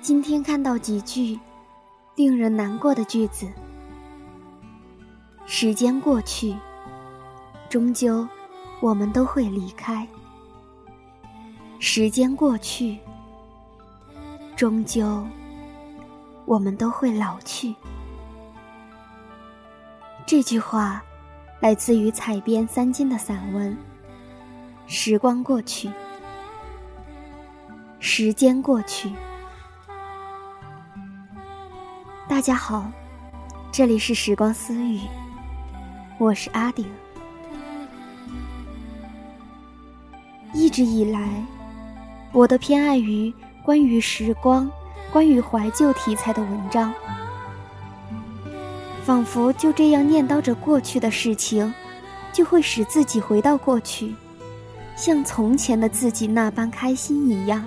今天看到几句令人难过的句子。时间过去，终究我们都会离开。时间过去，终究我们都会老去。这句话来自于采编三金的散文《时光过去》。时间过去。大家好，这里是时光私语，我是阿顶。一直以来，我都偏爱于关于时光、关于怀旧题材的文章，仿佛就这样念叨着过去的事情，就会使自己回到过去，像从前的自己那般开心一样。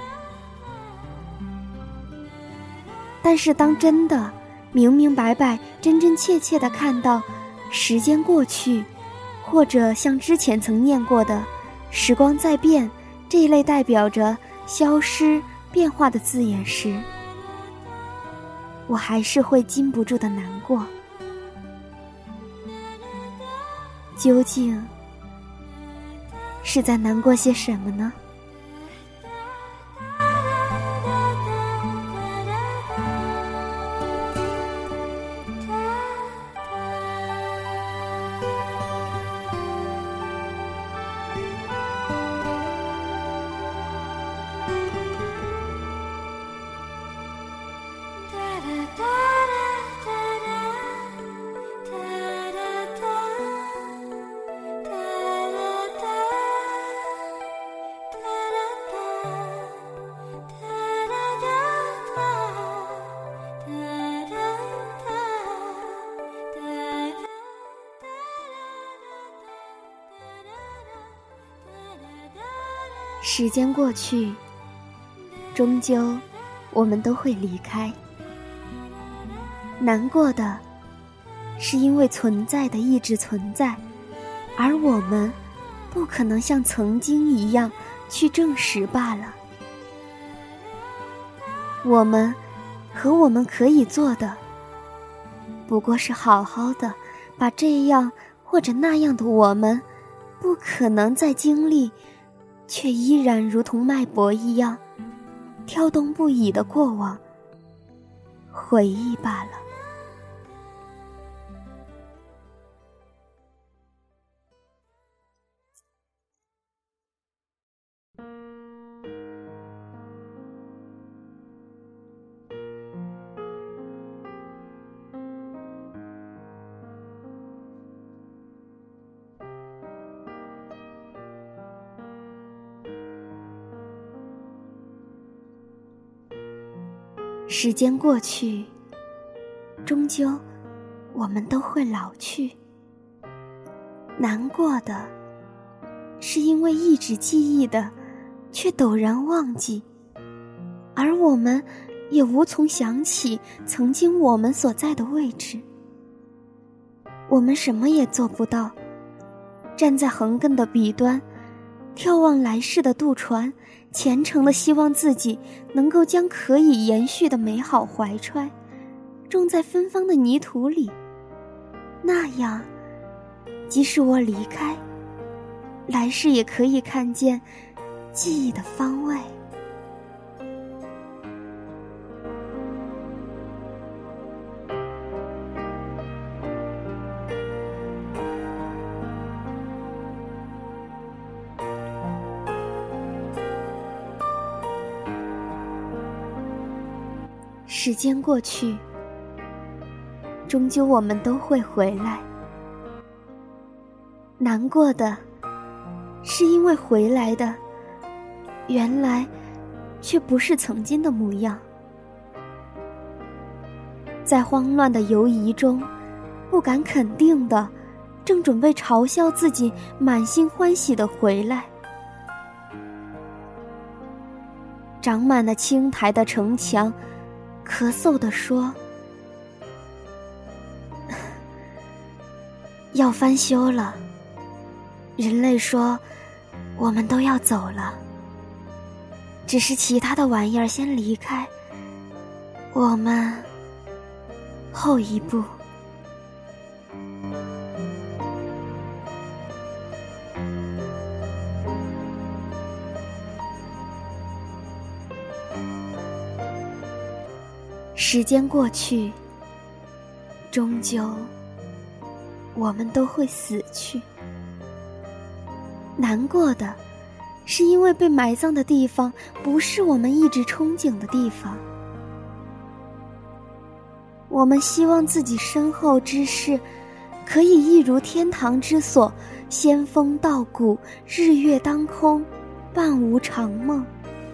但是当真的明明白白、真真切切地看到时间过去，或者像之前曾念过的时光在变这一类代表着消失变化的字眼时，我还是会禁不住的难过。究竟是在难过些什么呢？时间过去，终究我们都会离开。难过的是因为存在的一直存在，而我们不可能像曾经一样去证实罢了。我们和我们可以做的，不过是好好的把这样或者那样的我们不可能再经历，却依然如同脉搏一样跳动不已的过往回忆罢了。时间过去，终究我们都会老去。难过的是因为一直记忆的却陡然忘记，而我们也无从想起曾经我们所在的位置。我们什么也做不到，站在横亘的彼端，眺望来世的渡船，虔诚地希望自己能够将可以延续的美好怀揣种在芬芳的泥土里，那样即使我离开，来世也可以看见记忆的方位。时间过去，终究我们都会回来。难过的是因为回来的原来却不是曾经的模样。在慌乱的游移中，不敢肯定的正准备嘲笑自己满心欢喜的回来。长满了青苔的城墙咳嗽地说，要翻修了。人类说我们都要走了，只是其他的玩意儿先离开， 我们后一步。时间过去，终究我们都会死去。难过的是因为被埋葬的地方不是我们一直憧憬的地方。我们希望自己身后之事可以一如天堂之所，仙风道骨，日月当空，伴无长梦。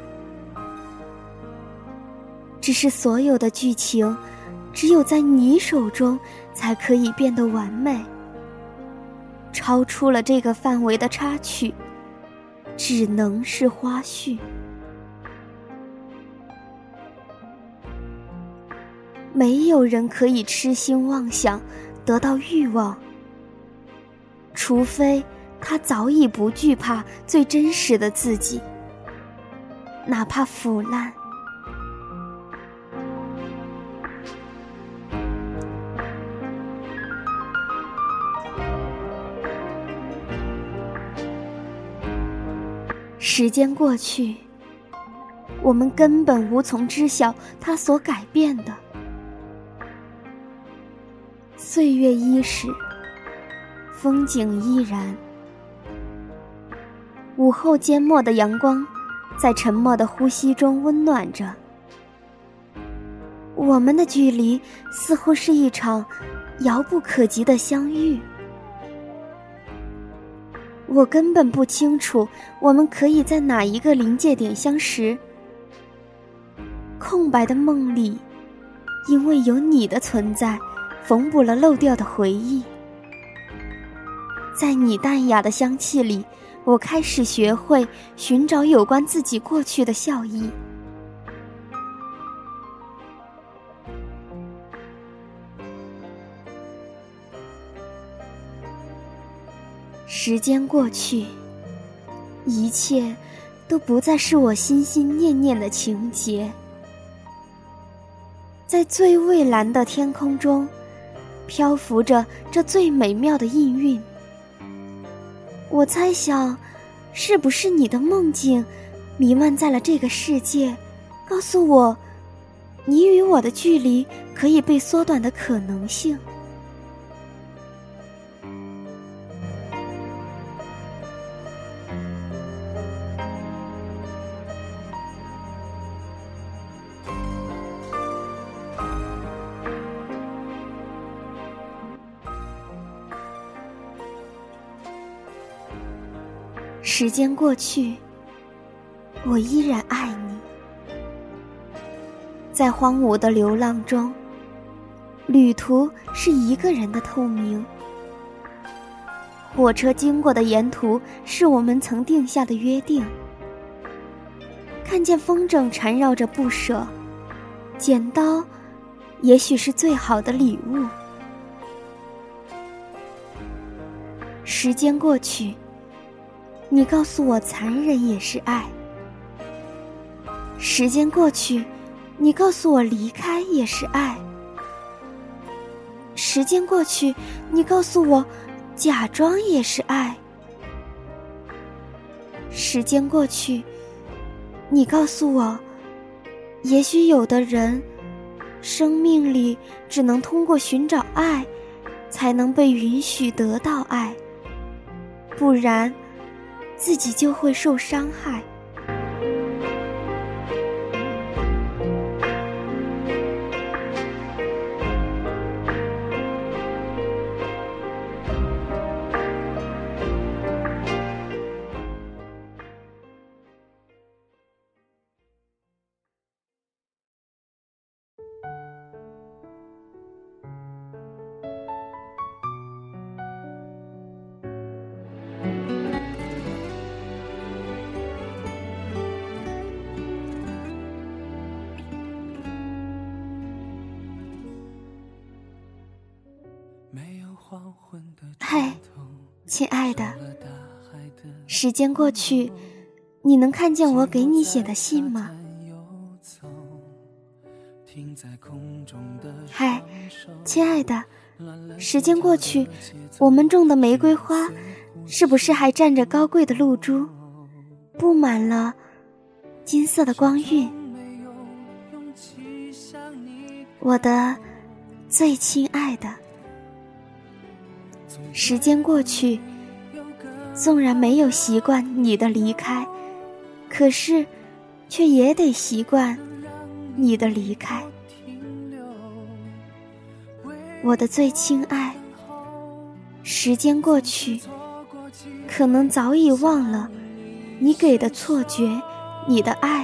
只是所有的剧情只有在你手中才可以变得完美，超出了这个范围的插曲只能是花絮。没有人可以痴心妄想得到欲望，除非他早已不惧怕最真实的自己，哪怕腐烂。时间过去，我们根本无从知晓它所改变的。岁月伊始，风景依然。午后缄默的阳光在沉默的呼吸中温暖着。我们的距离似乎是一场遥不可及的相遇。我根本不清楚我们可以在哪一个临界点相识。空白的梦里，因为有你的存在，缝补了漏掉的回忆。在你淡雅的香气里，我开始学会寻找有关自己过去的笑意。时间过去，一切都不再是我心心念念的情节。在最蔚蓝的天空中，漂浮着这最美妙的意蕴。我猜想，是不是你的梦境弥漫在了这个世界，告诉我，你与我的距离可以被缩短的可能性。时间过去，我依然爱你。在荒芜的流浪中，旅途是一个人的透明。火车经过的沿途是我们曾定下的约定。看见风筝缠绕着不舍，剪刀也许是最好的礼物。时间过去，你告诉我残忍也是爱。时间过去，你告诉我离开也是爱。时间过去，你告诉我假装也是爱。时间过去，你告诉我，也许有的人，生命里只能通过寻找爱，才能被允许得到爱，不然自己就会受伤害。嗨，亲爱的，时间过去，你能看见我给你写的信吗？ 嗨，亲爱的，时间过去，我们种的玫瑰花是不是还站着高贵的露珠，布满了金色的光晕？我的最亲爱的，时间过去，纵然没有习惯你的离开，可是却也得习惯你的离开。我的最亲爱，时间过去，可能早已忘了你给的错觉，你的爱。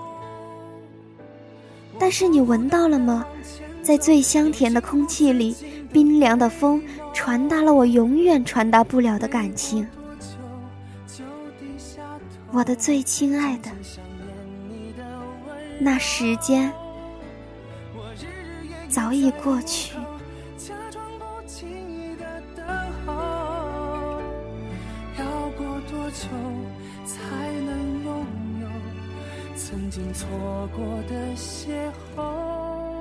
但是你闻到了吗？在最香甜的空气里，冰凉的风传达了我永远传达不了的感情。我的最亲爱的，那时间早已过去。 要过多久才能拥有曾经错过的邂逅？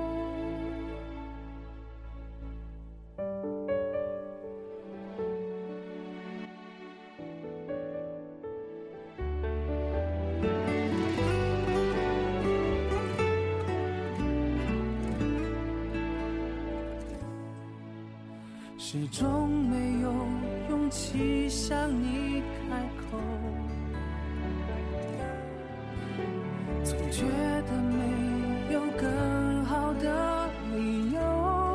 始终没有勇气向你开口，总觉得没有更好的理由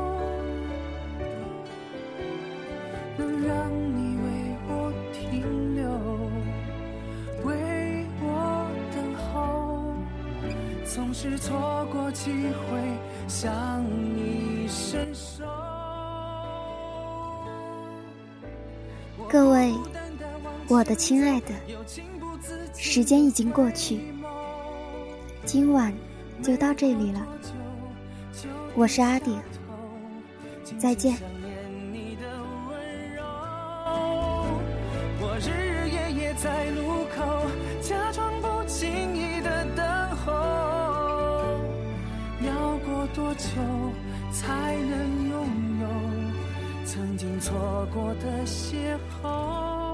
能让你为我停留，为我等候，总是错过机会向你伸手。 各位，我的亲爱的，时间已经过去，今晚就到这里了。我是阿顶，再见。 我日日夜夜在路口，假装不经意的等候，要过多久才能拥有曾经错过的邂逅？